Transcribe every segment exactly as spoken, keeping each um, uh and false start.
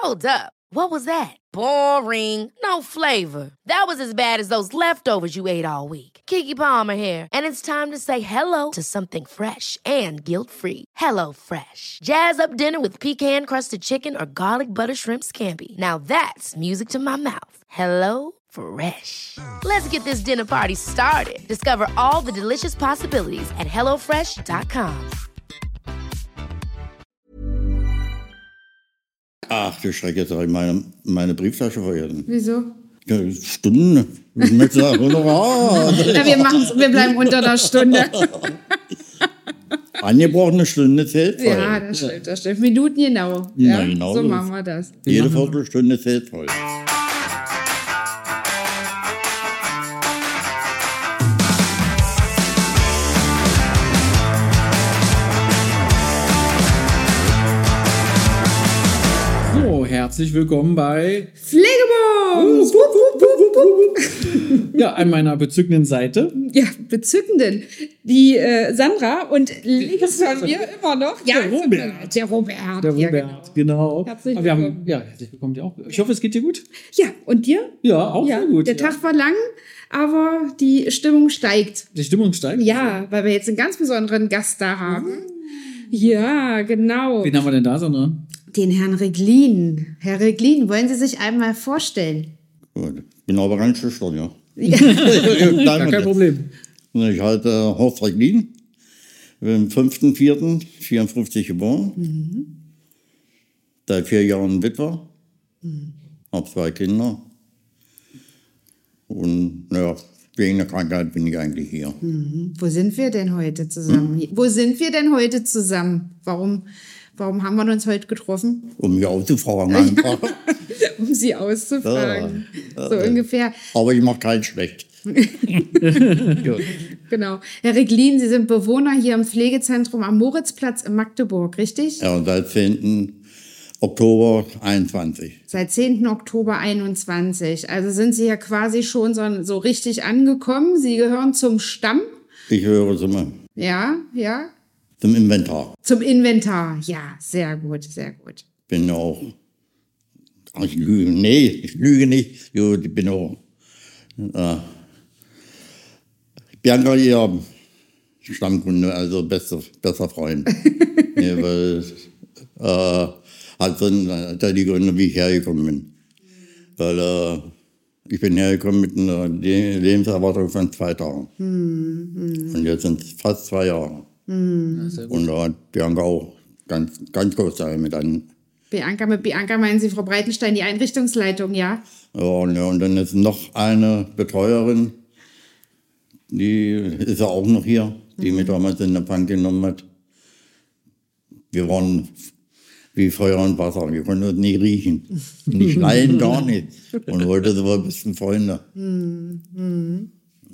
Hold up. What was that? Boring. No flavor. That was as bad as those leftovers you ate all week. Keke Palmer here. And it's time to say hello to something fresh and guilt-free. Hello Fresh. Jazz up dinner with pecan-crusted chicken or garlic butter shrimp scampi. Now that's music to my mouth. Hello Fresh. Let's get this dinner party started. Discover all the delicious possibilities at hello fresh dot com. Ach, du Schreck, jetzt habe ich meine, meine Brieftasche vergessen. Wieso? Ja, Stunde. Ich möchte sagen, ah. Ja, wir, machen's, wir bleiben unter einer Stunde. Angebrochene Stunde zählt voll. Ja, das stimmt, das stimmt. Minuten genau. Ja, Na, genau so so. machen wir das. Jede Viertelstunde zählt voll. Herzlich willkommen bei Pflegebums! Ja, an meiner bezückenden Seite. Ja, bezückenden. Die äh, Sandra und links von mir immer noch. Ja, Der Robert. Der Robert. Der Ja, Robert, genau. Herzlich Aber wir haben, willkommen. ja, herzlich willkommen dir auch. Ich hoffe, es geht dir gut. Ja, und dir? Ja, auch Ja, sehr gut. der ja. Tag war lang, aber die Stimmung steigt. Die Stimmung steigt. Ja, weil wir jetzt einen ganz besonderen Gast da haben. Ja, genau. Wen haben wir denn da, Sandra? Den Herrn Reglin. Herr Reglin, wollen Sie sich einmal vorstellen? Gut. Bin aber ganz schüchtern, ja. Gar kein Problem. Ich heiße Horst Reglin, bin fünften vierten vierundfünfzig geboren, Mhm. seit vier Jahren Witwer, Mhm. habe zwei Kinder und naja, wegen der Krankheit bin ich eigentlich hier. Mhm. Wo sind wir denn heute zusammen? Hm? Wo sind wir denn heute zusammen? Warum, warum haben wir uns heute getroffen? Um mich auszufragen einfach. Um Sie auszufragen. Ja, so ja. ungefähr. Aber ich mache keinen schlecht. Gut. Genau. Herr Reglin, Sie sind Bewohner hier im Pflegezentrum am Moritzplatz in Magdeburg, richtig? Ja, und seit zehnten Oktober einundzwanzig. Seit zehnten Oktober einundzwanzig. Also sind Sie ja quasi schon so, so richtig angekommen. Sie gehören zum Stamm. Ich höre zum, Ja, ja. zum Inventar. Zum Inventar. Ja, sehr gut, sehr gut. Bin ja auch. Ach, ich lüge. Nee, ich lüge nicht. Gut, ich bin auch. Äh, Bianca, ihr Stammkunde, also bester, bester Freund. Ja, weil, äh, hat dann da die Gründe, wie ich hergekommen bin. Weil äh, ich bin hergekommen mit einer Le- Lebenserwartung von zwei Tagen. Hm, Und jetzt sind es fast zwei Jahre. hm. Und da hat Bianca auch ganz, ganz kurz da mit an. Bianca, mit Bianca meinen Sie Frau Breitenstein, die Einrichtungsleitung, ja? Ja, und, ja, und dann ist noch eine Betreuerin, die ist ja auch noch hier, die mich damals in Empfang genommen hat. Wir waren wie Feuer und Wasser, wir konnten uns nicht riechen, nicht leiden, gar nicht. Und heute sind wir ein bisschen Freunde. Mhm.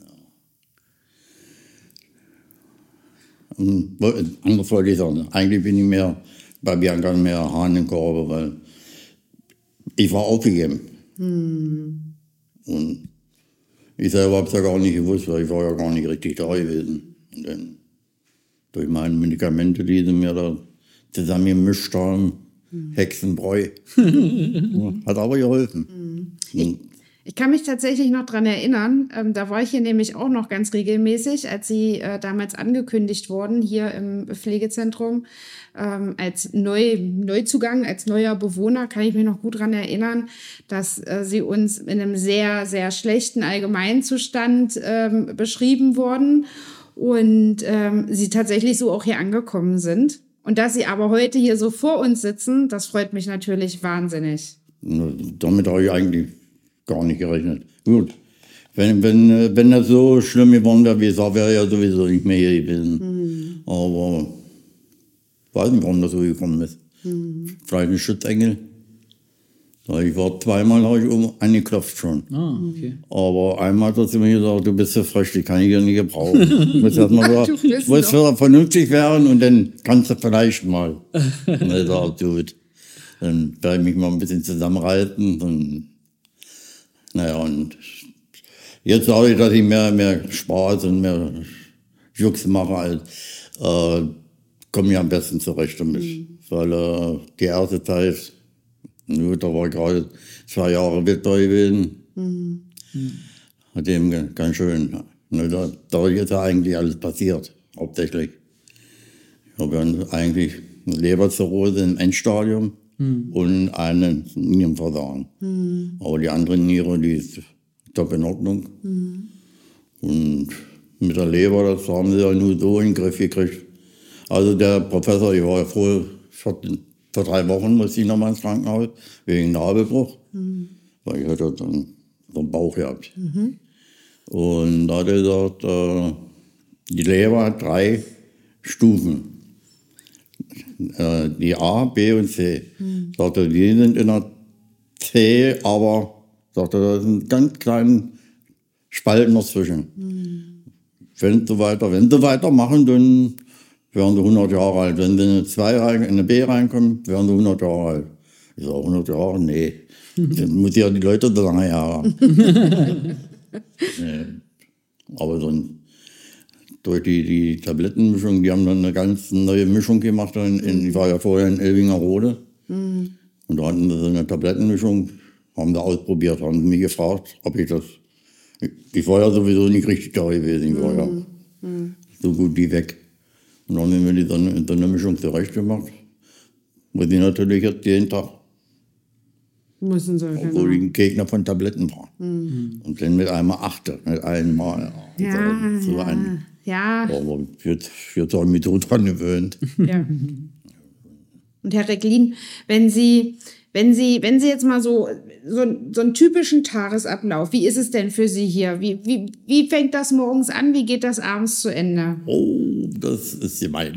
Ja. Und wo- anders wollte ich sagen, eigentlich bin ich mehr bei Bianca mehr Hahn im Korbe, weil ich war aufgegeben. Mhm. Und ich selber habe es ja gar nicht gewusst, weil ich war ja gar nicht richtig da gewesen. Und dann durch meine Medikamente, die sie mir da zusammengemischt haben, Hexenbräu, hat aber geholfen. Und Ich kann mich tatsächlich noch dran erinnern, ähm, da war ich hier nämlich auch noch ganz regelmäßig, als Sie äh, damals angekündigt wurden, hier im Pflegezentrum, ähm, als Neu Neuzugang, als neuer Bewohner, kann ich mich noch gut dran erinnern, dass äh, Sie uns in einem sehr, sehr schlechten Allgemeinzustand ähm, beschrieben wurden und ähm, Sie tatsächlich so auch hier angekommen sind. Und dass Sie aber heute hier so vor uns sitzen, das freut mich natürlich wahnsinnig. damit habe ich eigentlich gar nicht gerechnet. Gut, wenn, wenn, wenn das so schlimm geworden wäre, wie es war, wäre ich ja sowieso nicht mehr hier gewesen. Mhm. Aber ich weiß nicht, warum das so gekommen ist. Mhm. Vielleicht ein Schutzengel. Weil ich war zweimal, habe ich um angeklopft schon. Ah, okay. Aber einmal hat sie mir gesagt, du bist so frisch, die kann ich ja nicht gebrauchen. Du musst erst mal Ach, so, du bist musst doch- vernünftig werden und dann kannst du vielleicht mal. Und ich sagte, gut, dann werde ich mich mal ein bisschen zusammenreißen. Und, naja, und jetzt sage ich, dass ich mehr, mehr Spaß und mehr Jux mache, als äh, komme ich am besten zurecht damit. Mhm. Weil äh, die erste Zeit Gut, da war gerade zwei Jahre Wetter gewesen. Mhm. Hat dem ganz schön. Ne, da, da ist ja eigentlich alles passiert, hauptsächlich. Ich habe eigentlich eine Leberzirrhose im Endstadium mhm. und einen Nierenversagen. Mhm. Aber die andere Niere, die ist top in Ordnung. Mhm. Und mit der Leber, das haben sie ja nur so in den Griff gekriegt. Also der Professor, ich war ja froh, vor, vor drei Wochen musste ich nochmal ins Krankenhaus, wegen Nabelbruch. Mhm. Weil ich hatte dann so einen Bauch gehabt. Mhm. Und da hat er gesagt, äh, die Leber hat drei Stufen. Äh, die A, B und C. Mhm. Sagte, die sind in der C, aber sagte, da sind ganz kleine Spalten dazwischen. Mhm. Wenn sie weiter, wenn sie weitermachen, dann werden sie hundert Jahre alt. Wenn sie in eine, zwei rein, in eine B reinkommen, werden sie hundert Jahre alt. Ich sage, hundert Jahre? Nee. Dann muss ja die Leute so lange haben. Nee. Aber dann durch die, die Tablettenmischung, die haben dann eine ganz neue Mischung gemacht. In, in, ich war ja vorher in Elvingerode. Mhm. Und da hatten sie so eine Tablettenmischung, haben sie ausprobiert, haben sie mich gefragt, ob ich das. Ich war ja sowieso nicht richtig da gewesen, ich war ja mhm. so gut wie weg. Und dann haben wir die so eine, so eine Mischung zurecht gemacht. Muss ich natürlich jetzt jeden Tag. Müssen sie, obwohl genau. ich ein Gegner von Tabletten war. Mhm. Und dann mit einmal achte, mit einmal. Ja, so, so ja, ein, ja. Aber ich habe mich so dran gewöhnt. Ja. Und Herr Recklin, wenn Sie, wenn Sie, wenn Sie jetzt mal so, so, so einen typischen Tagesablauf, wie ist es denn für Sie hier? Wie, wie, wie fängt das morgens an? Wie geht das abends zu Ende? Oh, das ist gemein.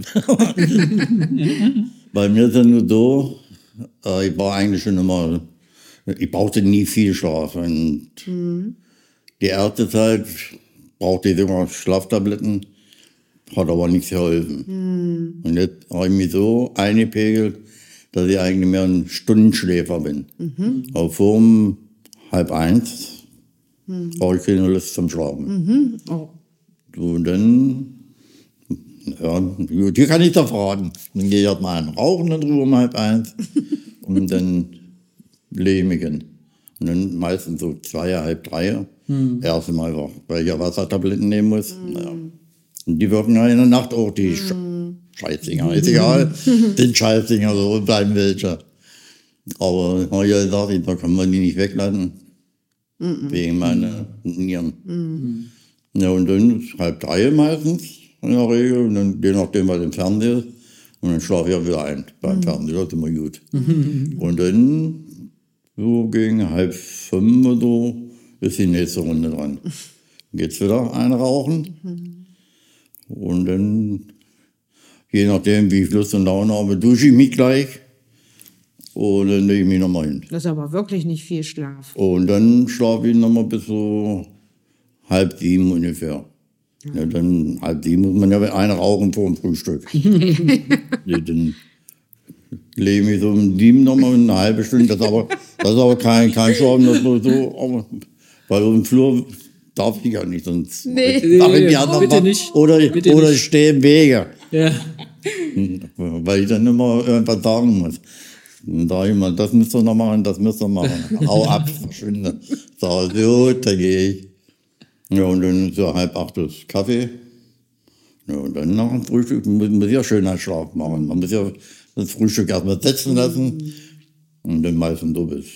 Bei mir ist es nur so, äh, ich war eigentlich schon immer, ich brauchte nie viel Schlaf. Und mhm. die erste Zeit brauchte ich immer Schlaftabletten, hat aber nichts geholfen. Mhm. Und jetzt habe ich mich so eingepegelt, dass ich eigentlich mehr ein Stundenschläfer bin. Mhm. Aber vor um halb eins mhm. habe ich keine Lust zum Schlafen. Mhm. Oh. Und dann, ja, hier kann ich da fragen. Dann gehe ich halt mal einen Rauchen dann drüber um halb eins und dann lege ich mich hin. Und dann meistens so zwei, halb drei, mhm. erst mal wach, weil ich ja Wassertabletten nehmen muss. Mhm. Naja. Und die wirken ja in der Nacht auch, die mhm. Scheißdinger, ist egal, sind Scheißdinger, so bleiben welche. Aber ich habe ja gesagt, da kann man die nicht weglassen, mhm. wegen meiner Nieren. Mhm. Ja, und dann ist halb drei meistens in der Regel, und dann je nachdem, was im Fernsehen ist, und dann schlafe ich ja wieder ein beim mhm. Fernsehen, das ist immer gut. Mhm. Und dann, so gegen halb fünf oder so, ist die nächste Runde dran. Dann geht's wieder ein Rauchen. Mhm. Und dann, je nachdem, wie ich Lust und Laune habe, dusche ich mich gleich. Und dann lege ich mich nochmal hin. Das ist aber wirklich nicht viel Schlaf. Und dann schlafe ich nochmal bis so halb sieben ungefähr. Ja. Ja, dann halb sieben muss man ja eine rauchen vor dem Frühstück. Dann lege ich mich so um sieben nochmal eine halbe Stunde. Das ist aber, das ist aber kein, kein Schlafen, das ist so, aber, weil auf dem Flur darf ich ja nicht, sonst nee. mache ich die oh, bitte nicht. Oder, bitte oder nicht. ich stehe im Wege. Ja. Weil ich dann immer irgendwas sagen muss. Dann sage ich mal, das müsst ihr noch machen, das müsst ihr machen. Hau ab, verschwinde. Sag gut, dann gehe ich. Ja, und dann ist ja halb acht das Kaffee. Ja, und dann nach dem Frühstück muss man ja schön einen Schlaf machen. Man muss ja das Frühstück erstmal setzen lassen. Und dann meistens so bis,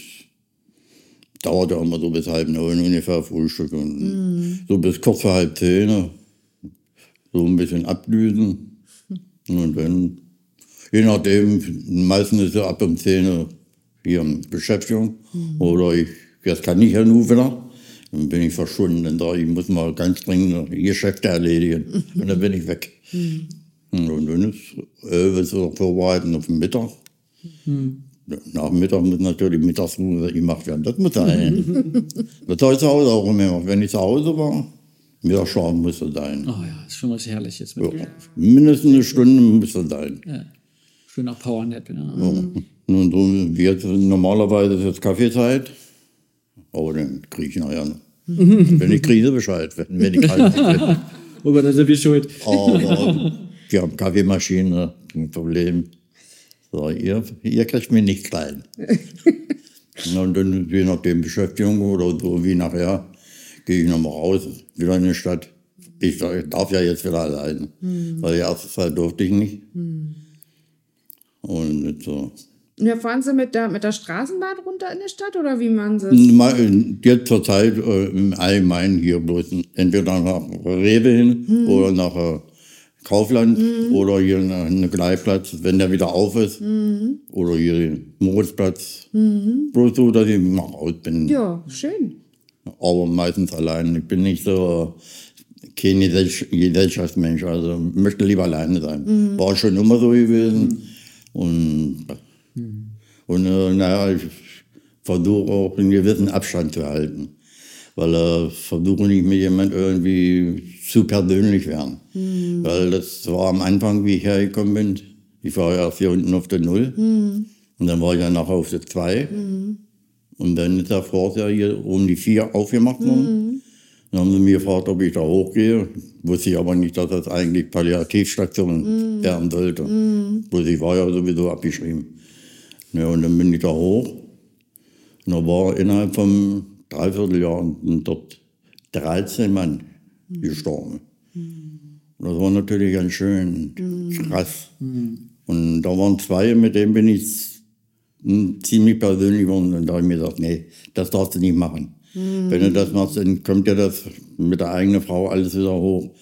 dauert ja immer so bis halb neun ungefähr Frühstück. Und mm. so bis kurz vor halb zehn. So ein bisschen abdüsen. Und dann, je nachdem, meistens ist ja ab um zehn hier in Beschäftigung. Mm. Oder ich, jetzt kann ich ja nur wieder. Dann bin ich verschwunden. Dann sage ich, ich muss mal ganz dringend Geschäfte erledigen. Und dann bin ich weg. Mm. Und dann ist elf so vorbereiten auf den Mittag. Mm. Nach dem Mittag muss natürlich Mittagsruhe gemacht werden. Das muss sein. Das habe ich zu Hause auch immer gemacht. Wenn ich zu Hause war, Mittagsschlaf musste sein. Oh ja, ist schon was Herrliches. Mit ja. Mindestens eine Stunde musste sein. Ja. Schöner Powernap. Ja. Ja. Und so wie jetzt, normalerweise ist jetzt Kaffeezeit. Aber dann kriege ich nachher noch. Wenn ich kriege, Bescheid. Wenn, wenn ich halt nicht aber dann sind wir schuld. Aber wir haben Kaffeemaschine, kein Problem. So, ihr, ihr kriegt mich nicht klein. Und dann, je nachdem Beschäftigung oder so wie nachher, gehe ich nochmal raus, wieder in die Stadt. Ich darf ja jetzt wieder allein, hm. weil die erste Zeit durfte ich nicht. Hm. Und jetzt so. Ja, fahren Sie mit der, mit der Straßenbahn runter in die Stadt oder wie machen Sie es? Jetzt zur Zeit äh, im Allgemeinen hier bloß entweder nach Rewe hin hm. oder nach äh, Kaufland hm. oder hier einen Gleitplatz, wenn der wieder auf ist. Hm. Oder hier den Moritzplatz. Hm. Bloß so, dass ich mal raus bin. Ja, schön. Aber meistens allein. Ich bin nicht so kein Gesellschaftsmensch, also möchte lieber alleine sein. Mhm. War schon immer so gewesen. Mhm. Und, mhm. und äh, naja, ich versuche auch einen gewissen Abstand zu halten. Weil äh, versuche nicht mit jemandem irgendwie zu persönlich werden. Mhm. Weil das war am Anfang, wie ich hergekommen bin. Ich war ja erst hier unten auf der Null. Mhm. Und dann war ich ja nachher auf der Zwei. Mhm. Und dann ist der Forst ja hier um die Vier aufgemacht worden. Mhm. Dann haben sie mich gefragt, ob ich da hochgehe. Wusste ich aber nicht, dass das eigentlich Palliativstation mm. werden sollte. Mm. Bloß ich war ja sowieso abgeschrieben. Ja, und dann bin ich da hoch. Und da war innerhalb von Dreivierteljahr dort dreizehn Mann mm. gestorben. Mm. Und das war natürlich ganz schön mm. krass. Mm. Und da waren zwei, mit denen bin ich ziemlich persönlich geworden. Und da habe ich mir gesagt, nee, das darfst du nicht machen. Mhm. Wenn du das machst, dann kommt ja das mit der eigenen Frau alles wieder hoch.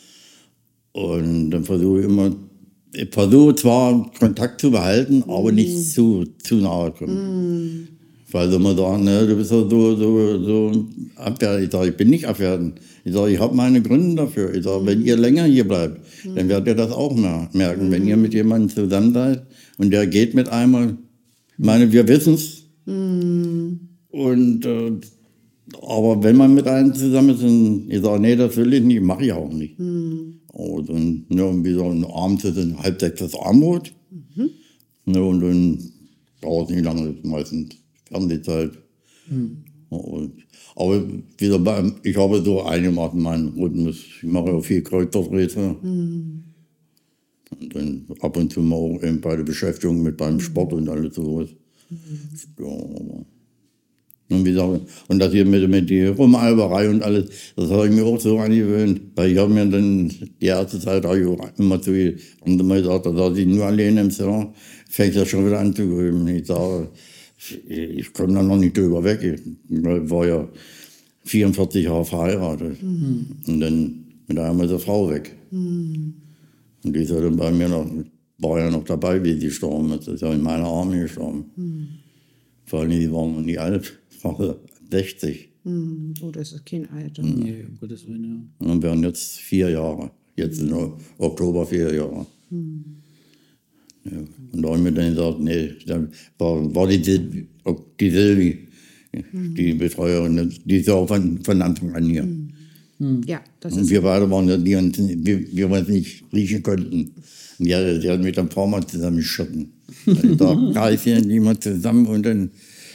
Und dann versuche ich immer, ich versuche zwar Kontakt zu behalten, mhm. aber nicht zu, zu nahe kommen. Mhm. Weil sie immer sagen, ne, du bist ja so, so, so abwertend. Ich sage, ich bin nicht abwertend. Ich sage, ich habe meine Gründe dafür. Ich sage, mhm. wenn ihr länger hier bleibt, mhm. dann werdet ihr das auch merken. Mhm. Wenn ihr mit jemandem zusammen seid und der geht mit einmal, ich meine, wir wissen es. Mhm. Und äh, aber wenn man mit einem zusammen ist, und ich sage, nee, das will ich nicht, mache ich auch nicht. Mhm. Und dann, ja, und wie so ein abends ist dann halb sechs das Abendbrot. Mhm. Ja, und dann dauert es nicht lange, das ist meistens Fernsehzeit. Mhm. Und, aber wieder bei, ich habe so einigermaßen meinen Rhythmus. Ich mache auch viel Kreuzworträtsel. Mhm. Und dann ab und zu mal auch eben bei der Beschäftigung mit beim Sport und alles sowas. Mhm. Ja, aber Und, wie gesagt, und das hier mit, mit der Rumalberei und alles, das habe ich mir auch so angewöhnt. Weil ich habe mir dann die erste Zeit auch immer zu und immer gesagt, da saß ich nur alleine im Zimmer, fängt das schon wieder an zu grüben. Ich sage, ich, ich komme da noch nicht drüber weg. Ich war ja vierundvierzig Jahre verheiratet. Mhm. Und dann mit einmal ist eine Frau weg. Mhm. Und die ist ja dann bei mir noch, war ja noch dabei, wie sie gestorben ist. Das ist ja in meiner Arme gestorben. Mhm. Vor allem, die waren noch nie alt. sechzig. Mm, oh, das ist kein Alter. Mm. Nee, um Gottes Willen, ja. Und wir haben jetzt vier Jahre. Jetzt im Oktober vier Jahre. Mm. Ja. Und da haben wir dann gesagt, nee, dann war, war die, die Silvi, mm. die Betreuerin, die ist ja auch von, von Anfang an hier. Mm. Ja, das und ist wir beide waren ja die, und wir, wir uns nicht riechen konnten. Und die hat, die hat mit dem Pfarrer zusammengeschossen. Ich dachte, da ist hier niemand zusammen und dann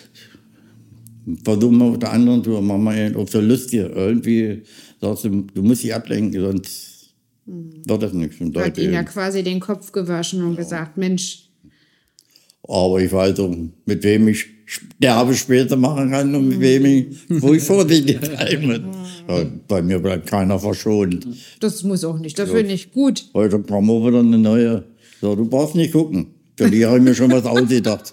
versuchen wir auf der anderen Tour, machen wir auf der Lust hier. Irgendwie sagst du, du musst dich ablenken, sonst hm. wird das nichts. Du hast ihnen ja quasi den Kopf gewaschen und ja. gesagt, Mensch. Aber ich weiß auch, mit wem ich Sterbe später machen kann und mit wem ich, wo ich vorsichtig sein muss. Ja, bei mir bleibt keiner verschont. Das muss auch nicht, das ja. finde ich gut. Heute kommen wir wieder eine neue. So, du brauchst nicht gucken. Für die habe ich mir schon was ausgedacht.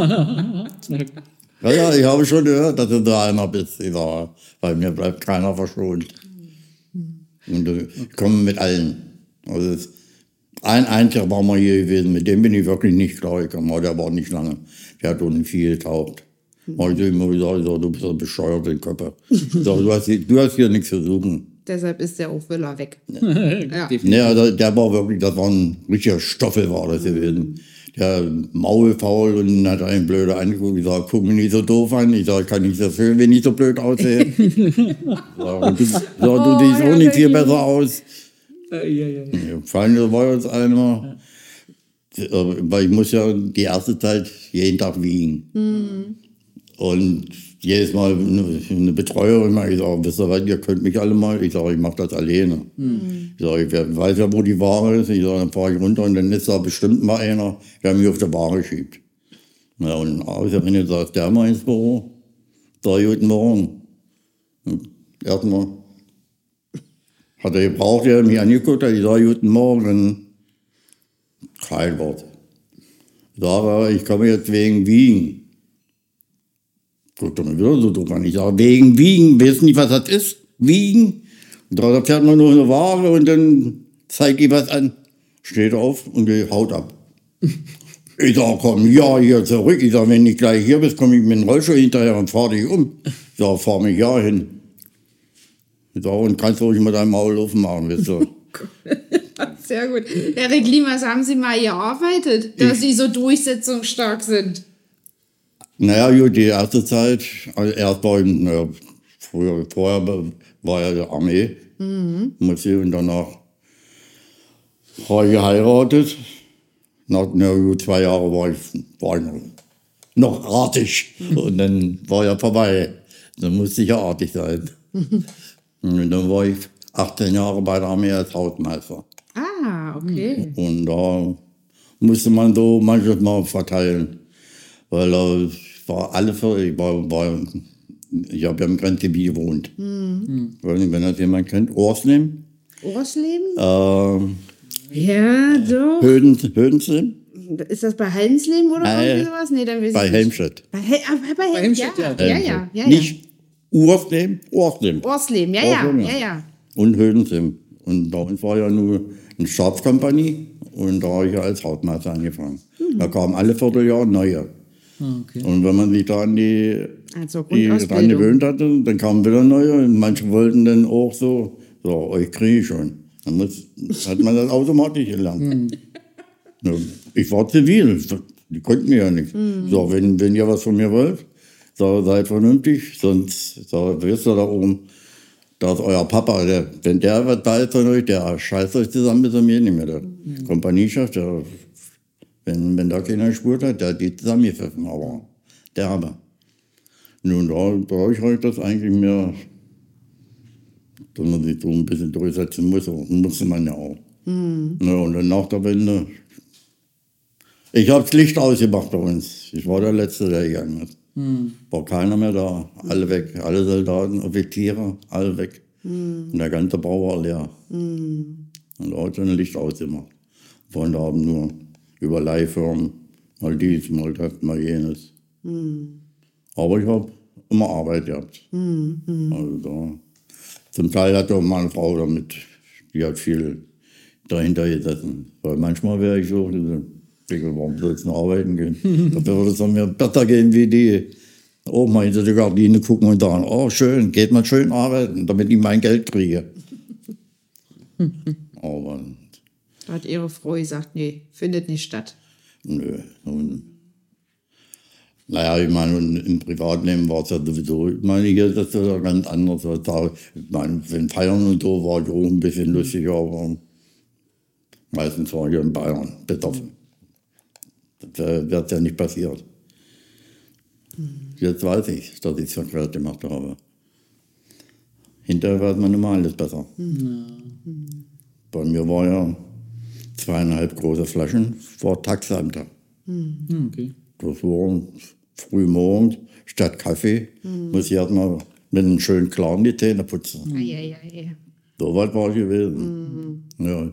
Ja, ja, ich habe schon gehört, dass du da einer bist. Ich sage, bei mir bleibt keiner verschont. Und äh, ich komme mit allen. Also es, ein einziger war mal hier gewesen, mit dem bin ich wirklich nicht klar gekommen, aber der war nicht lange. Der hat unten viel getaucht. Und ich habe immer gesagt, so, du bist ein bescheuert im Kopf. So, du, hast, du hast hier nichts zu suchen. Deshalb ist der auch Willer weg. Ja, ja der, der war wirklich, das war ein richtiger Stoffel war das gewesen. Der maulfaul und hat einen blöd angeguckt. Ich sage, guck mich nicht so doof an. Ich sage, kann nicht so schön, wenn ich so blöd aussehe. Sag, du, sag, du oh, siehst auch nicht viel besser aus. Äh, ja, ja, ja. Vor allem, das war jetzt einmal, ja. weil ich muss ja die erste Zeit jeden Tag wiegen. Mhm. Und jedes Mal eine, eine Betreuerin mal gesagt, wisst ihr was, ihr könnt mich alle mal. Ich sage, ich mache das alleine. Mhm. Ich sage, ich weiß ja, wo die Ware ist. Ich sage, dann fahre ich runter und dann ist da bestimmt mal einer, der mich auf der Ware schiebt. Ja, und außerdem saß der mal ins Büro. Drei guten Morgen. Erstmal hat er gebraucht, er hat mich angeguckt, hat gesagt, guten Morgen. Kein Wort. Ich sage, ich komme jetzt wegen Wiegen. Guckt er mir wieder so drüber an. Ich sage, wegen Wiegen, weißt du nicht, was das ist? Wiegen? Und da fährt man nur eine Ware und dann zeigt die was an. Steht auf und die haut ab. Ich sage, komm, ja, hier zurück. Ich sage, wenn du nicht gleich hier bist, komme ich mit dem Rollstuhl hinterher und fahre dich um. Ich sage, fahr mich ja hin. Ich sage, und kannst du ruhig mit deinem Maul aufmachen, weißt du. Sehr gut. Herr Recklin, was haben Sie mal gearbeitet, dass Sie so durchsetzungsstark sind? Naja, gut, die erste Zeit, also erst war ich, naja, früher, vorher war ja die Armee, mhm. muss ich, und danach habe ich geheiratet. Nach na gut, zwei Jahren war ich, war ich noch, noch artig. Mhm. Und dann war ja vorbei. Dann musste ich ja artig sein. Mhm. Und dann war ich achtzehn Jahre bei der Armee als Hausmeister. Ah, okay. Und da musste man so manches Mal verteilen. Weil äh, war alle für, ich war, war ich habe ja im Grenzgebiet gewohnt. Mhm. Weiß nicht, wenn das jemand kennt. Orsleben. Orsleben? Äh, ja, doch. Höden, Hödensleben. Ist das bei Helmsleben oder äh, irgendwie sowas? Nee, dann weiß bei ich Helmstedt. Bei, Hel ah, bei, bei Helmstedt, ja. Ja, ja, ja, ja. Nicht Orsleben, Orsleben. Orsleben, ja, ja, Orsleben, ja, ja. Und Hödensleben. Und bei uns war ja nur eine Stabskompanie und da habe ich ja als Hausmeister angefangen. Mhm. Da kamen alle Vierteljahr neue. Okay. Und wenn man sich da an die, also die dran gewöhnt hatte, dann kamen wieder neue. Und manche wollten dann auch so, so, euch kriege ich schon. Dann muss, hat man das automatisch gelernt. Mhm. Ja, ich war zivil, die konnten mir ja nicht. Mhm. So, wenn, wenn ihr was von mir wollt, so, seid vernünftig, sonst so, wisst ihr da oben, da ist euer Papa, der, wenn der was da ist von euch, der scheißt euch zusammen bis er mir nicht mehr. Der mhm. Kompaniechef, der, wenn, wenn da keiner gespürt hat, der hat die zusammengepfiffen, aber der aber. Nun, da, da habe ich halt das eigentlich mehr, dass man sich so ein bisschen durchsetzen muss, musste man ja auch. Mhm. Ja, und dann nach der Wende, ich habe das Licht ausgemacht bei uns. Ich war der Letzte, der gegangen ist. Mhm. War keiner mehr da, alle weg, alle Soldaten, Offiziere, alle weg. Mhm. Und der ganze Bau war leer. Mhm. Und da hat dann Licht ausgemacht. Von da haben nur über Leihfirmen, mal dies, mal das, mal jenes. Mhm. Aber ich habe immer Arbeit gehabt. Mhm. Also da, zum Teil hat auch meine Frau damit, die hat viel dahinter gesessen. Weil manchmal wäre ich so, warum soll ich noch arbeiten gehen? Da würde es mir besser gehen wie die. Oh, mal hinter die Gardine gucken und sagen, oh schön, geht mal schön arbeiten, damit ich mein Geld kriege. Aber da hat ihre Frau gesagt, nee, findet nicht statt. Nö. Und, naja, ich meine, im Privatleben war es ja sowieso, ich meine, hier ist das ja ganz anders. Ich meine, wenn Feiern und so war ich auch ein bisschen lustiger, aber meistens war ich ja in Bayern betroffen. Das wäre ja nicht passiert. Mhm. Jetzt weiß ich, dass ich es verkehrt gemacht habe. Hinterher weiß man immer alles besser. Mhm. Bei mir war ja zweieinhalb große Flaschen vor Taxamt. Mhm. Okay. Das war früh morgens, statt Kaffee, mhm. muss ich erstmal mit einem schönen Klaren die Zähne putzen. Mhm. Ja, ja, ja. So weit war ich gewesen. Mhm. Ja.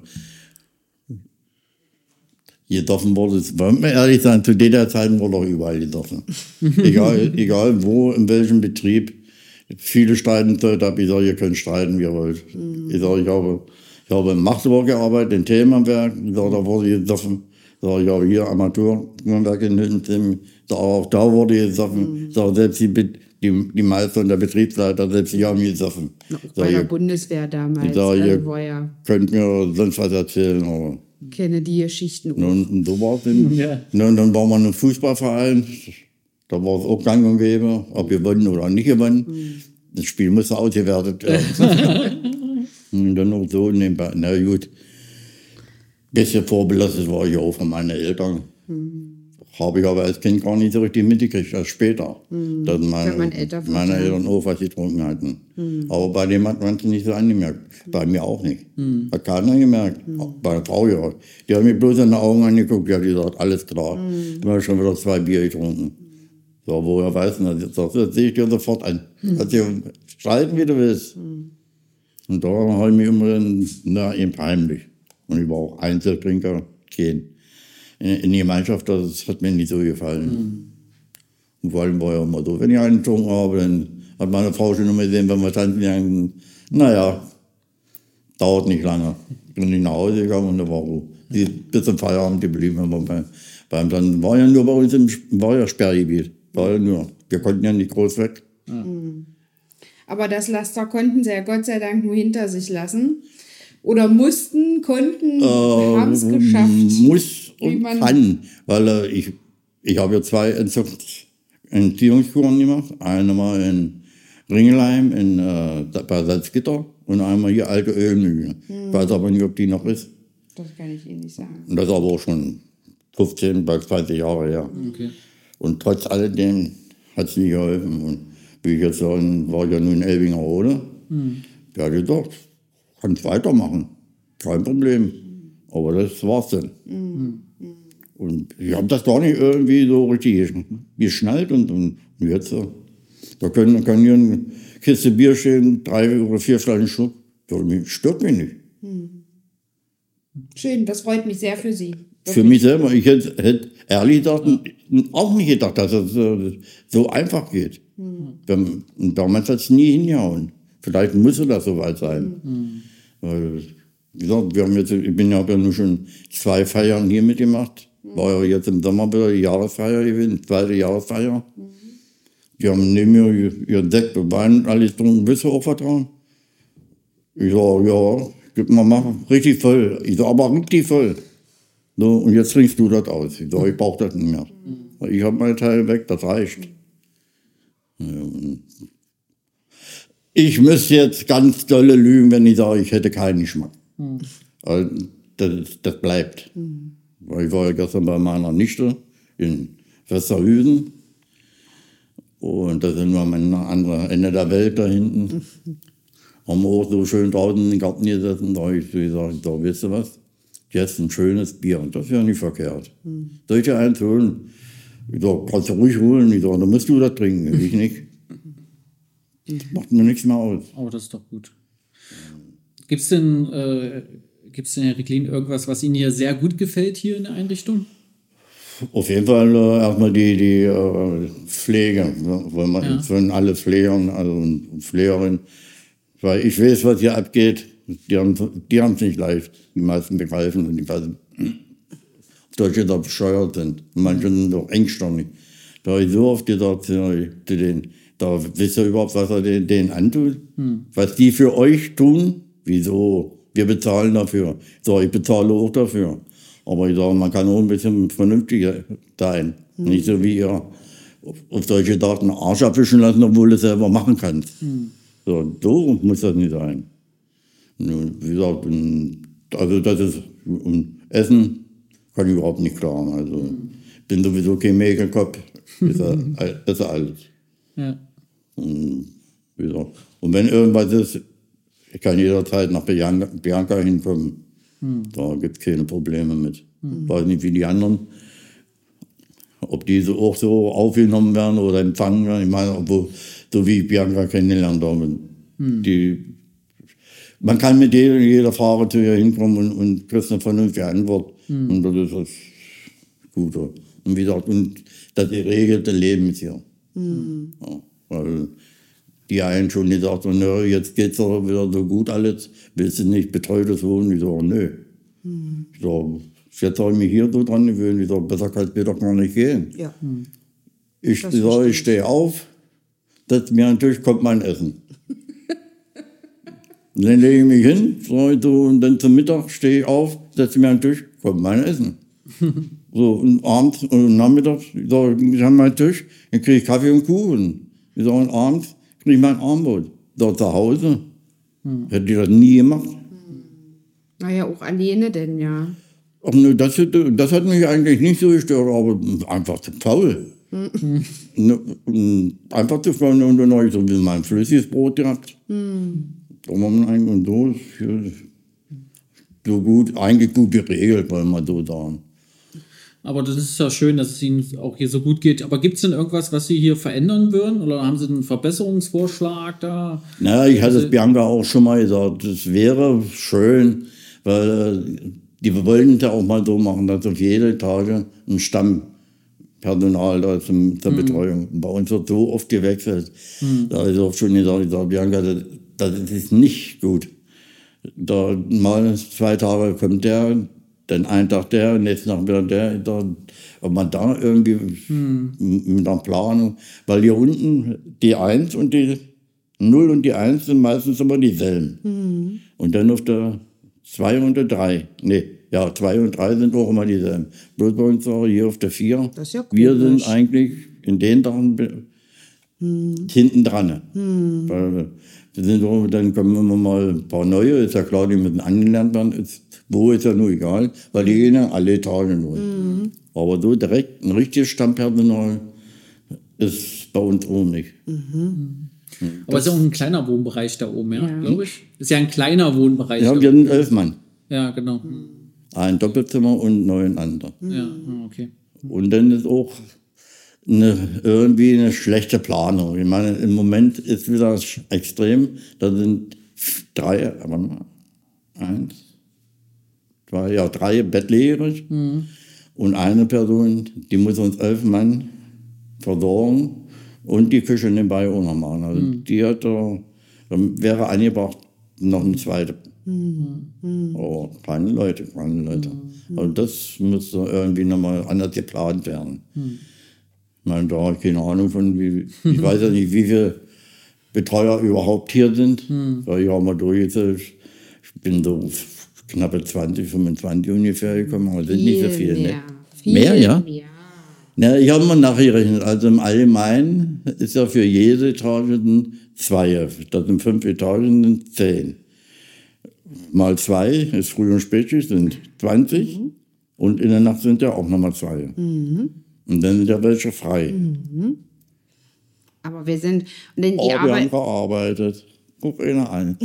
Getroffen wurde, wollen wir ehrlich sein, zu der Zeit wurde doch überall getroffen. egal, egal wo, in welchem Betrieb. Viele streiten, da habe ich gesagt, ihr könnt streiten, wie ihr wollt. Mhm. Ich sage, ich habe, ich habe in Magdeburg gearbeitet, in Themenwerk, da wurde ich getroffen. Ich sage, ich habe hier Amateurwerk in Hüttenzim, auch da wurde getroffen. Mhm. Ich sage, selbst die, die, die Meister und der Betriebsleiter, selbst die haben getroffen. Auch bei der Bundeswehr damals. Ich sage, ihr war ja könnt mir sonst was erzählen, aber kenne die Geschichten. Und, und so war es dann. Ja. Und dann war man ein Fußballverein. Da war es auch gang und gäbe, ob gewonnen oder nicht gewonnen. Mhm. Das Spiel musste ausgewertet werden. Und dann noch so nebenbei. Na gut, ein bisschen vorbelastet war ich auch von meinen Eltern. Mhm. Habe ich aber als Kind gar nicht so richtig mitgekriegt, erst später. Mhm. Dass meine, meine Eltern auch was getrunken hatten. Mhm. Aber bei dem hat man es nicht so angemerkt. Bei mir auch nicht. Mhm. Hat keiner gemerkt. Mhm. Bei der Frau ja. Die hat mich bloß in die Augen angeguckt, die hat gesagt, alles klar. Mhm. Ich habe schon wieder zwei Bier getrunken. So, woher weiß man das? Das, das sehe ich dir sofort an. Mhm. Also, streiten, wie du willst. Mhm. Und da habe ich mich immer na, eben heimlich. Und ich war auch Einzeltrinker, gehen. In, in die Gemeinschaft, das hat mir nicht so gefallen. Mhm. Und vor allem war ja immer so, wenn ich einen getrunken habe, dann hat meine Frau schon immer gesehen, wenn wir tanzen gegangen, naja, dauert nicht lange. Bin ich nach Hause gegangen und da war so. Die ist bis zum Feierabend geblieben. Aber bei, beim, dann war ja nur bei uns im war ja Sperrgebiet. War ja nur. Wir konnten ja nicht groß weg. Ja. Mhm. Aber das Laster konnten sie ja Gott sei Dank nur hinter sich lassen. Oder mussten, konnten, äh, haben es geschafft. Muss und kann. Weil äh, ich, ich habe ja zwei Entzuchts Entziehungskuren gemacht. Einmal in Ringelheim in, äh, bei Salzgitter und einmal hier alte Ölmühle. Hm. Ich weiß aber nicht, ob die noch ist. Das kann ich Ihnen nicht sagen. Und das ist aber auch schon fünfzehn, bald zwanzig Jahre her. Okay. Und trotz alledem hat es nie geholfen. Und wie ich jetzt sagen, war ich ja nun in Elbinger Rode. Hm. Der hat gesagt, kannst weitermachen. Kein Problem. Aber das war's dann. Hm. Und ich habe das gar nicht irgendwie so richtig geschnallt. Und, und jetzt, da können, können hier eine Kiste Bier stehen, drei oder vier Flaschen Schluck. Das stört mich nicht. Hm. Schön, das freut mich sehr für Sie. Wirklich. Für mich selber. Ich hätte, hätte ehrlich gesagt auch nicht gedacht, dass es so einfach geht. Hm. Damals hat es nie hingehauen. Vielleicht müsste das soweit sein. Hm. Weil, wie gesagt, wir haben jetzt, ich bin ja, ja nur schon zwei Feiern hier mitgemacht. War ja jetzt im Sommer wieder die Jahresfeier gewesen, zweite Jahresfeier. Mhm. Die haben neben mir ihr Sekt und Wein alles getrunken. Willst du auch vertrauen? Ich sage, ja, gib mal, mach richtig voll. Ich sage, aber richtig voll. So, und jetzt trinkst du das aus. Ich sage, ich brauche das nicht mehr. Mhm. Ich habe meinen Teil weg, das reicht. Mhm. Ich müsste jetzt ganz dolle lügen, wenn ich sage, ich hätte keinen Geschmack. Mhm. Also, das, das bleibt. Mhm. Ich war ja gestern bei meiner Nichte in Westerhüsen. Und das ist nur am anderen Ende der Welt da hinten. Haben wir auch so schön draußen in den Garten gesessen. Da habe ich so gesagt, da weißt du was, jetzt ein schönes Bier. Und das ist ja nicht verkehrt. Mhm. Soll ich dir eins holen? Ich sage, kannst du ruhig holen. Ich sage, dann musst du das trinken, ich nicht. Das macht mir nichts mehr aus. Oh, das ist doch gut. Gibt es denn... Äh Gibt es denn, Herr Ricklin, irgendwas, was Ihnen hier sehr gut gefällt hier in der Einrichtung? Auf jeden Fall äh, erstmal die, die äh, Pflege. Ne? Weil man ja. Für alle Pfleger also und Pflegerinnen. Weil ich weiß, was hier abgeht. Die haben die es nicht leicht. Die meisten begreifen und die meisten solche da bescheuert sind. Und manche sind doch engstirnig. Da habe ich so oft gesagt zu denen, da wisst ihr überhaupt, was er denen, denen antut? Hm. Was die für euch tun? Wieso? Wir bezahlen dafür. So, ich bezahle auch dafür. Aber ich sage, man kann auch ein bisschen vernünftiger sein. Mhm. Nicht so wie ihr auf, auf solche Daten Arsch abwischen lassen, obwohl du es selber machen kannst. Mhm. So, so muss das nicht sein. Wie gesagt, also das ist, um Essen kann ich überhaupt nicht klar. Also mhm. bin sowieso kein Mäkelkopf. Das ist alles. Ja. Und, wie gesagt, und wenn irgendwas ist, ich kann jederzeit nach Bianca, Bianca hinkommen. Hm. Da gibt es keine Probleme mit. Hm. Ich weiß nicht, wie die anderen, ob die so auch so aufgenommen werden oder empfangen werden. Ich meine, obwohl, so wie ich Bianca kennengelernt habe. Hm. Die, man kann mit jeder, jeder Frage zu ihr hinkommen und, und kriegt eine vernünftige Antwort. Hm. Und das ist das Gute. Und wie gesagt, und das geregelte Leben ist hier. Hm. Ja, weil, die einen schon gesagt haben, nö, jetzt geht's doch wieder so gut alles, willst du nicht betreutes Wohnen? Ich sage, nö. Hm. Ich sage, jetzt habe ich mich hier so dran gewöhnt, ich sage, besser kann es mir doch gar nicht gehen. Ja. Hm. Ich sage, ich stehe auf, setze mir an den Tisch, kommt mein Essen. Und dann lege ich mich hin, so, und dann zum Mittag stehe ich auf, setze mir an den Tisch, kommt mein Essen. So, und abends und nachmittags, ich sage, ich habe meinen Tisch, dann kriege ich Kaffee und Kuchen. Ich sage, und abends kriege ich mein Armbrot. Da zu Hause. Hm. Hätte ich das nie gemacht. Naja, auch alleine denn, ja. Ach ne, das, das hat mich eigentlich nicht so gestört, aber einfach zu faul. Mhm. Einfach zu faul. Und dann habe ich so wie mein flüssiges Brot gehabt. Mhm. Und so ist so gut, eigentlich gut geregelt, wollen wir so sagen. Aber das ist ja schön, dass es Ihnen auch hier so gut geht. Aber gibt es denn irgendwas, was Sie hier verändern würden? Oder haben Sie einen Verbesserungsvorschlag da? Na, ich hatte es Bianca auch schon mal gesagt, es wäre schön, weil die wollten ja auch mal so machen, dass auf jede Tage ein Stammpersonal da zum, zur mhm. Betreuung. Bei uns wird so oft gewechselt. Mhm. Da ist auch schon gesagt, ich sage, Bianca, das, das ist nicht gut. Da mal zwei Tage kommt der, dann einen Tag der, nächsten Tag wieder der. Da, ob man da irgendwie hm. mit einer Planung, weil hier unten die eins und die null und die eins sind meistens immer dieselben. Hm. Und dann auf der zwei und der drei, nee, ja, zwei und drei sind auch immer dieselben. Bloß bei uns auch hier auf der vier. Das ist ja cool. Wir sind eigentlich in den Tagen hm. hinten dran. Hm. Weil wir sind auch, dann kommen immer mal ein paar neue, ist ja klar, die müssen angelernt werden. Ist, wo ist ja nur egal, weil die gehen ja alle Tage nur. Mhm. Aber so direkt ein richtiges Stammpersonal ist bei uns auch nicht. Mhm. Mhm. Aber es ist auch ein kleiner Wohnbereich da oben, ja, ja. glaube ich. Ist ja ein kleiner Wohnbereich. Ja, wir sind elf Mann. Ja, genau. Ein Doppelzimmer und neun andere. Ja, okay. Und dann ist auch eine, irgendwie eine schlechte Planung. Ich meine, im Moment ist wieder extrem. Da sind drei, warte mal, eins, zwei, ja, drei bettlägerig. Mhm. Und eine Person, die muss uns elf Mann versorgen und die Küche nebenbei auch noch machen. Also mhm. die hat da, dann wäre angebracht noch eine zweite. Mhm. Aber keine Leute, keine Leute. Mhm. Also das müsste irgendwie nochmal anders geplant werden. Mhm. Ich meine, da habe ich keine Ahnung von, wie, ich weiß ja nicht, wie viele Betreuer überhaupt hier sind. Mhm. Weil ich auch mal durchgezählt, ich bin so knappe zwanzig, fünfundzwanzig ungefähr gekommen, aber sind nicht so viele. Mehr, ne? viel mehr ja? mehr. Na, ich habe mal nachgerechnet, also im Allgemeinen ist ja für jede Etage zwei, das sind fünf Etagen, sind zehn. Mal zwei ist Früh- und Spätschicht, sind zwanzig mhm. und in der Nacht sind ja auch nochmal zwei. Mhm. Und dann sind ja welche frei. Mhm. Aber wir sind... Und denn die oh, wir Arbeit haben gearbeitet. Guck einer an.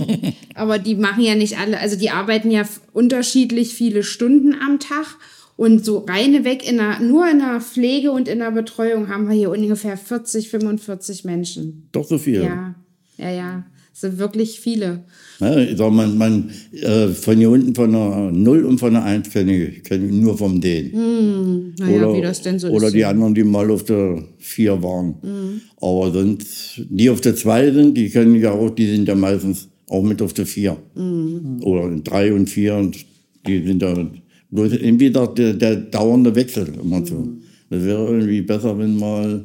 Aber die machen ja nicht alle, also die arbeiten ja unterschiedlich viele Stunden am Tag. Und so reineweg in einer, nur in der Pflege und in der Betreuung haben wir hier ungefähr vierzig, fünfundvierzig Menschen. Doch so viel? Ja, ja, ja. Es sind wirklich viele. Ja, ich sag, man, man, äh, von hier unten von der null und von der eins kenne ich, kenn ich nur vom D. Mm, naja, oder, wie das denn so oder ist. die anderen, die mal auf der vier waren. Mm. Aber sonst, die auf der zwei sind, die kennen ja auch, die sind ja meistens auch mit auf der vier. Mm. Oder drei und vier und die sind da bloß irgendwie der, der, der dauernde Wechsel immer so. Mm. Das wäre irgendwie besser, wenn mal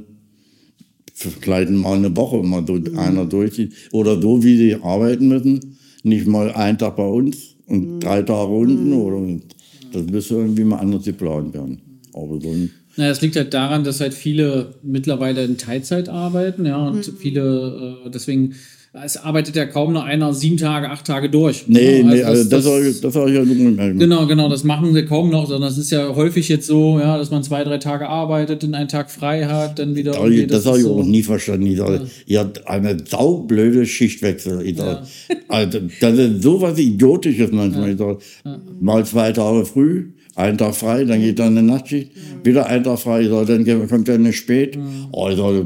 vielleicht mal eine Woche mal so mhm. einer durchzieht. Oder so, wie sie arbeiten müssen. Nicht mal einen Tag bei uns und mhm. drei Tage unten. Mhm. Oder, das müsste irgendwie mal anders geplant werden. Aber so ein naja, es liegt halt daran, dass halt viele mittlerweile in Teilzeit arbeiten. Ja, und mhm. viele, äh, deswegen... Es arbeitet ja kaum noch einer sieben Tage, acht Tage durch. Nee, ja, also nee, also das, das, das habe ich ja nicht mehr. Genau, genau, das machen sie kaum noch, sondern es ist ja häufig jetzt so, ja, dass man zwei, drei Tage arbeitet, dann einen Tag frei hat, dann wieder... Das, das, das habe ich so auch nie verstanden. Ich sage, ja. Ihr habt eine saublöde Schichtwechsel. Ich sage, ja. Also, das ist sowas Idiotisches manchmal. Ja. Ich sage, ja. Mal zwei Tage früh, einen Tag frei, dann geht dann eine Nachtschicht, ja. wieder einen Tag frei, ich sage, dann kommt dann eine spät. Ja. Oh, ich sage,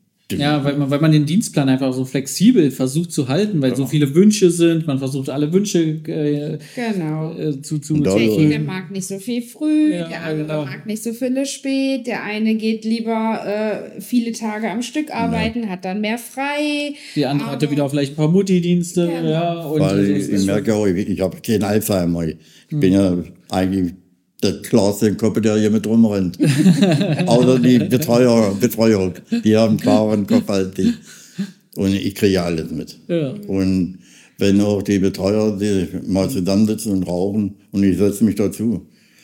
ja, weil man, weil man den Dienstplan einfach so flexibel versucht zu halten, weil ja. so viele Wünsche sind, man versucht alle Wünsche äh, genau. äh, zu zu Der eine mag nicht so viel früh, ja, der andere genau. mag nicht so viele spät, der eine geht lieber äh, viele Tage am Stück arbeiten, ja. hat dann mehr frei. Die andere hatte wieder vielleicht ein paar Mutti-Dienste. Genau. Ja, und weil ich, ich merke auch, ich, ich habe keinen Alzheimer. Ich hm. bin ja eigentlich der klarste Kopf, der hier mit rumrennt. Außer die Betreuer, Betreuung. Die haben einen klaren Kopf halt die. Und ich kriege alles mit. Ja. Und wenn auch die Betreuer die mal zusammensitzen und rauchen und ich setze mich dazu,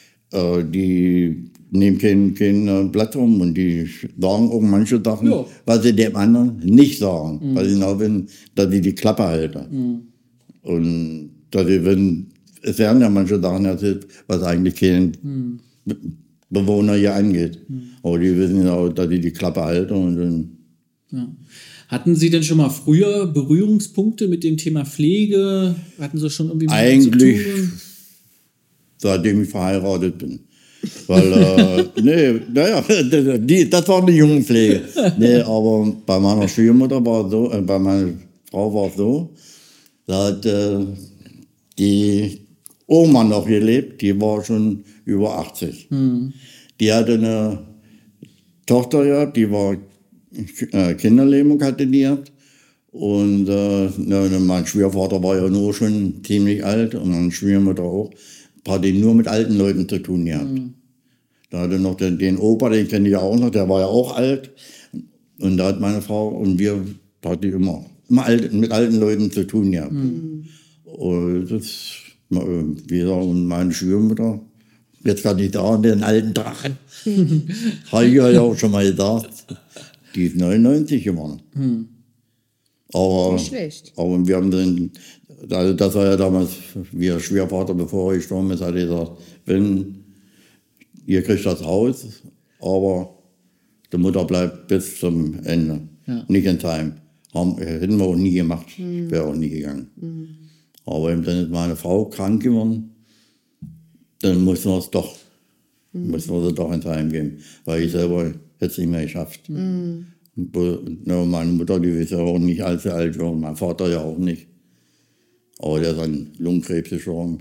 äh, die nehmen kein, kein Blatt rum und die sagen auch manche Sachen, ja. was sie dem anderen nicht sagen. Mhm. Weil sie genau wissen, dass sie die Klappe halten. Mhm. Und dass sie wissen, es werden ja manche Sachen erzählt, was eigentlich kein hm. Bewohner hier angeht. Hm. Aber die wissen ja auch, dass die die Klappe halten. Und dann ja. Hatten Sie denn schon mal früher Berührungspunkte mit dem Thema Pflege? Hatten Sie schon irgendwie eigentlich, seitdem ich verheiratet bin. Weil, äh, nee, naja, die, das war eine Jungenpflege. Nee, aber bei meiner Schwiegermutter war es so, äh, bei meiner Frau war es so, da hat äh, die Oma noch gelebt, die war schon über achtzig. Mhm. Die hatte eine Tochter gehabt, die war äh, Kinderlähmung, hatte die gehabt. Und äh, ne, mein Schwiegervater war ja nur schon ziemlich alt und meine Schwiegermutter auch. Hatte nur mit alten Leuten zu tun gehabt. Mhm. Da hatte noch den, den Opa, den kenne ich ja auch noch, der war ja auch alt. Und da hat meine Frau und wir, da hatte ich immer, immer alt, mit alten Leuten zu tun gehabt. Mhm. Und das, wie gesagt, und meine Schwiegermutter, jetzt kann ich da den alten Drachen, habe ich ja auch schon mal gesagt, die ist neunundneunzig geworden. Mhm. Aber, Nicht schlecht. aber wir haben den, also das war ja damals, wie der Schwiegervater, bevor er gestorben ist, hat er gesagt, wenn, ihr kriegt das Haus, aber die Mutter bleibt bis zum Ende, ja. Nicht in Heim. Haben, hätten wir auch nie gemacht, mhm. Wäre auch nie gegangen. Mhm. Aber dann ist meine Frau krank geworden, dann mussten wir es doch, mhm. mussten wir sie doch ins Heim geben, weil ich selber hätte es nicht mehr geschafft. Mhm. Meine Mutter, die ist ja auch nicht allzu alt geworden, mein Vater ja auch nicht. Aber der ist an Lungenkrebs gestorben.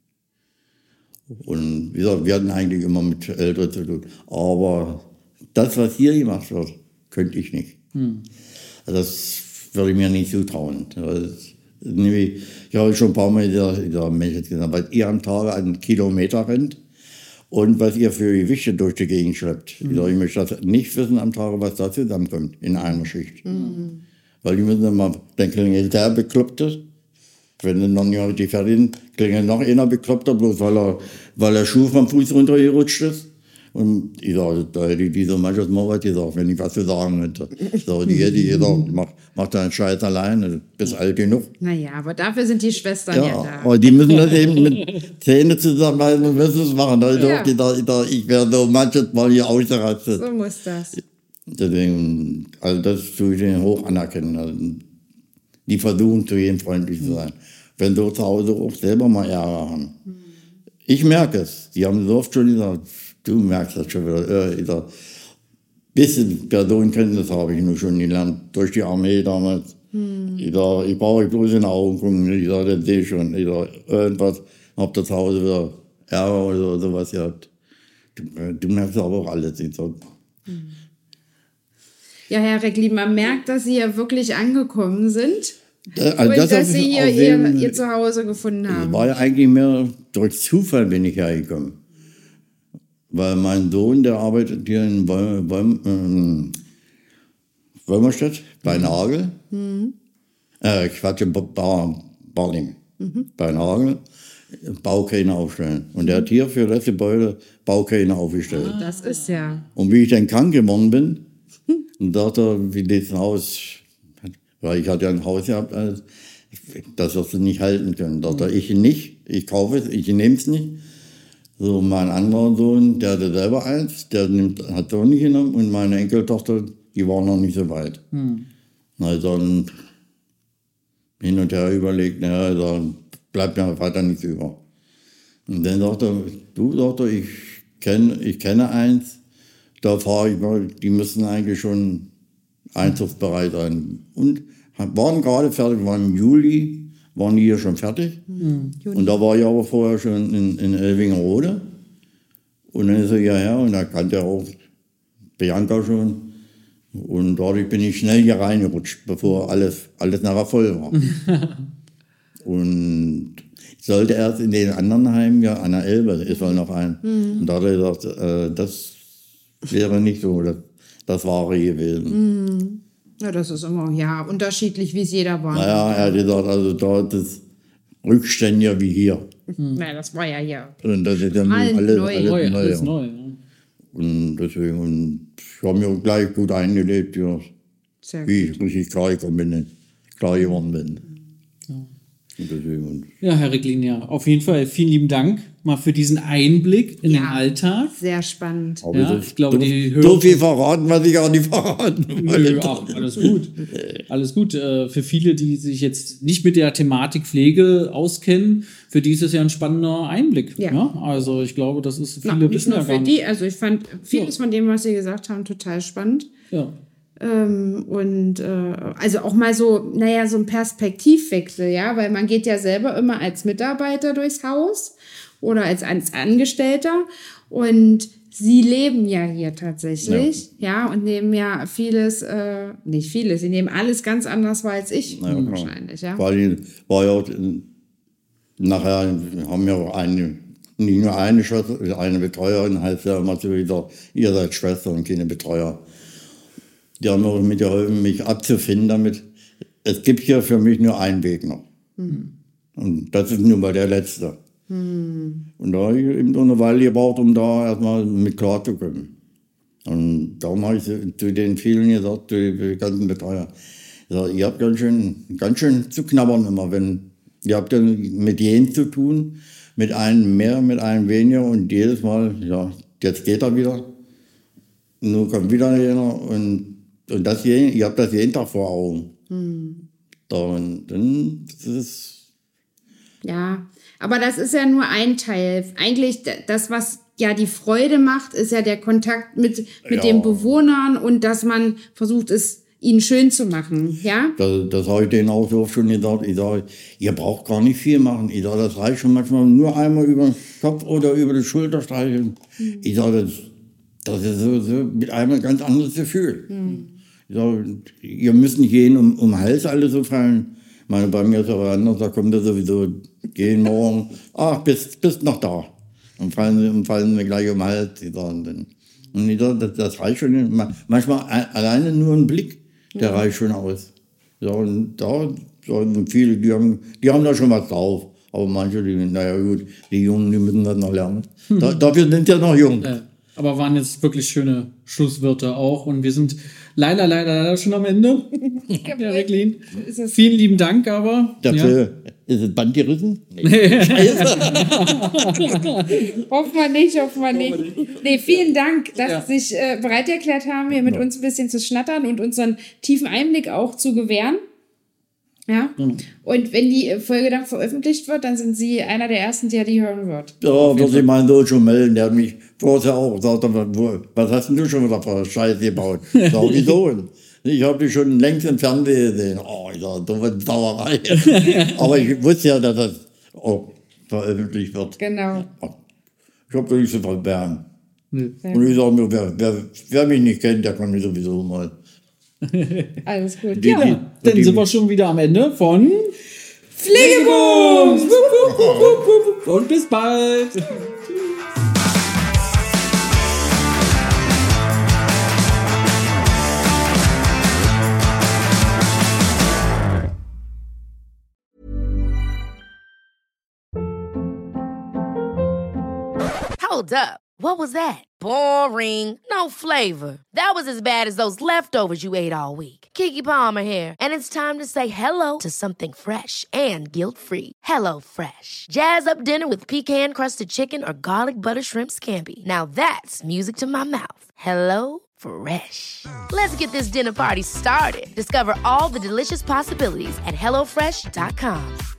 Und wie gesagt, wir hatten eigentlich immer mit Älteren zu tun. Aber das, was hier gemacht wird, könnte ich nicht. Hm. Das würde ich mir nicht zutrauen. Ich habe schon ein paar Mal gesagt, Mensch, was ihr am Tag einen Kilometer rennt und was ihr für Gewichte durch die Gegend schleppt. Mhm. Ich möchte das nicht wissen am Tag, was da zusammenkommt in einer Schicht. Mhm. Weil die müssen immer, dann klingelt der Bekloppte. Wenn dann noch nicht richtig fertig sind, klingelt noch einer Bekloppter, bloß weil er, weil der Schuh vom Fuß runtergerutscht ist. Und ich sage, da hätte ich dieser manches Mal was gesagt, wenn ich was zu sagen hätte. So, die hätte ich gesagt, mach, mach deinen Scheiß alleine, bist alt genug. Naja, aber dafür sind die Schwestern ja, ja da. Aber die müssen das eben mit Zähne zusammenhalten und müssen es machen. Da ja. ich, da, da, ich werde so manches Mal hier ausgerastet. So muss das. Deswegen, also das tue ich denen hoch anerkennen. Also, die versuchen zu jedem freundlich zu sein. Wenn sie zu Hause auch selber mal Ärger haben. Mhm. Ich merke es. Die haben so oft schon gesagt, du merkst das schon wieder. Äh, ich sag, bisschen Personenkenntnis habe ich nur schon gelernt, durch die Armee damals. Mhm. Ich, sag, ich brauche bloß in die Augen gucken. Ich sage, das sehe ich schon. Ich sag, irgendwas, ob das zu Hause wieder Ärger oder so, sowas gehabt. Du, du merkst aber auch alles. Ich sag, mhm. Ja, Herr Reckli, man merkt, dass Sie ja wirklich angekommen sind da, also und das dass Sie hier ihr, ihr Zuhause gefunden haben. War ja eigentlich mehr durch Zufall bin ich hergekommen. Weil mein Sohn, der arbeitet hier in Wolmerstedt, bei Nagel. Mhm. Äh, Quatsch, Bar, Barling. Mhm. Bei Nagel. Baukräne aufstellen. Und der hat hier für das Gebäude Baukräne aufgestellt. Ah. Das ist ja. Und wie ich dann krank geworden bin, und dachte, wie das Haus, weil ich hatte ja ein Haus gehabt, das wirst du nicht halten können. Dachte ich nicht, ich kaufe es, ich nehme es nicht. So, mein anderer Sohn, der hatte selber eins, der nimmt, hat es auch nicht genommen. Und meine Enkeltochter, die war noch nicht so weit. Hm. Na, dann hin und her überlegt, naja, dann bleibt mir weiter nichts über. Und dann sagte er, du, sagte ich, kenn, ich kenne eins, da fahre ich mal, die müssen eigentlich schon einzugsbereit sein. Und waren gerade fertig, waren im Juli, waren die hier schon fertig. Mhm. Und da war ich aber vorher schon in, in Elvingerode. Und dann ist er hierher und da kannte er auch Bianca schon. Und dadurch bin ich schnell hier reingerutscht, bevor alles, alles nachher voll war. Und ich sollte erst in den anderen Heimen, ja, an der Elbe ist wohl noch ein. Mhm. Und da hat er gesagt, äh, das wäre nicht so das, das Wahre gewesen. Mhm. Ja, das ist immer ja unterschiedlich, wie es jeder war. Naja, er hat gesagt, also dort ist rückständiger wie hier. Mhm. Ja, das war ja hier. Und das ist ja alles, alles, neu. alles neu. Alles neu ja. Und deswegen, und ich habe mich gleich gut eingelebt, ja. Sehr wie ich richtig klar gekommen bin, klar geworden bin. Ja. Deswegen. Ja, Herr Ricklin, ja, auf jeden Fall vielen lieben Dank mal für diesen Einblick in Ja. den Alltag. Sehr spannend. Aber Ja, das- ich glaube, so, die so Hörer- viel verraten, was ich auch nicht verraten Nö, wollte. ach, alles gut. Alles gut. Äh, Für viele, die sich jetzt nicht mit der Thematik Pflege auskennen, für die ist es ja ein spannender Einblick. Ja. Ja. Also ich glaube, das ist Na, viele nicht wissen nur ja für gar nicht. die, also ich fand vieles von dem, was Sie gesagt haben, total spannend. Ja. Ähm, und äh, also auch mal so, naja, so ein Perspektivwechsel, ja, weil man geht ja selber immer als Mitarbeiter durchs Haus oder als, als Angestellter und sie leben ja hier tatsächlich, ja, und nehmen ja vieles, äh, nicht vieles, sie nehmen alles ganz anders wahr als ich Ja, klar. wahrscheinlich, ja. Weil war ja auch, äh, nachher haben wir auch eine, nicht nur eine Schwester, eine Betreuerin, heißt ja immer so wieder, ihr seid Schwester und keine Betreuer. Die haben auch mit geholfen, mich abzufinden damit. Es gibt hier für mich nur einen Weg noch. Und das ist nun mal der letzte. Und da habe ich eben so eine Weile gebraucht, um da erstmal mit klarzukommen. Und darum habe ich zu den vielen gesagt, zu den ganzen Betreuer, ich sag, ihr habt ganz schön, ganz schön zu knabbern immer, wenn ihr habt dann mit jenen zu tun, mit einem mehr, mit einem weniger und jedes Mal, ja, jetzt geht er wieder, nun kommt wieder einer und, und das jeden, ihr habt das jeden Tag vor Augen. Da, und dann das ist Ja, aber das ist ja nur ein Teil. Eigentlich d- das, was ja die Freude macht, ist ja der Kontakt mit, mit Ja. den Bewohnern und dass man versucht, es ihnen schön zu machen, ja? Das, das habe ich denen auch so schon gesagt. Ich sage, ihr braucht gar nicht viel machen. Ich sage, das reicht schon manchmal nur einmal über den Kopf oder über die Schulter streicheln. Ich sage, das, das ist so, so mit einem ein ganz anderes Gefühl. Ich sage, ihr müsst nicht jeden um, um den Hals alle so fallen. Ich meine, bei mir ist aber anders, da kommt er sowieso, gehen morgen, ach, bist, bist noch da. Und fallen sie, und fallen sie gleich um den Hals. Ich sage, dann, und ich sage, das, das reicht schon. Manchmal a- alleine nur ein Blick, der reicht schon aus. Ja, und da sind viele, die haben, die haben da schon was drauf. Aber manche, die, naja gut, die Jungen, die müssen das noch lernen. Da, dafür sind ja noch jung. Äh, Aber waren jetzt wirklich schöne Schlusswörter auch. Und wir sind leider, leider, leider schon am Ende. Herr Ricklin. Ist es- Vielen lieben Dank, aber. Ja. Dafür ist das Band gerissen? Hoffen wir nicht, hoffen wir nicht. Nee, vielen Dank, dass Ja. Sie sich äh, bereit erklärt haben, hier mit uns ein bisschen zu schnattern und uns so einen tiefen Einblick auch zu gewähren. Ja. Und wenn die Folge dann veröffentlicht wird, dann sind Sie einer der ersten, der die hören wird. Ja, wird sich mein Sohn schon melden. Der hat mich vorher auch gesagt, wo- was hast denn du schon wieder für Scheiße gebaut? Sag ich so. Ich habe dich schon längst im Fernsehen gesehen. Oh, ich sag, so eine Sauerei. Aber ich wusste ja, dass das auch veröffentlicht wird. Genau. Ich habe nichts zu verbergen. Und ich sage mir, wer, wer, wer mich nicht kennt, der kann mich sowieso mal. Alles gut. Die- Ja. die- Dann sind wir schon wieder am Ende von Pflegebums! und bis bald. Hold up. What was that? Boring. No flavor. That was as bad as those leftovers you ate all week. Keke Palmer here, and it's time to say hello to something fresh and guilt-free. Hello Fresh. Jazz up dinner with pecan-crusted chicken or garlic butter shrimp scampi. Now that's music to my mouth. Hello Fresh. Let's get this dinner party started. Discover all the delicious possibilities at hello fresh dot com.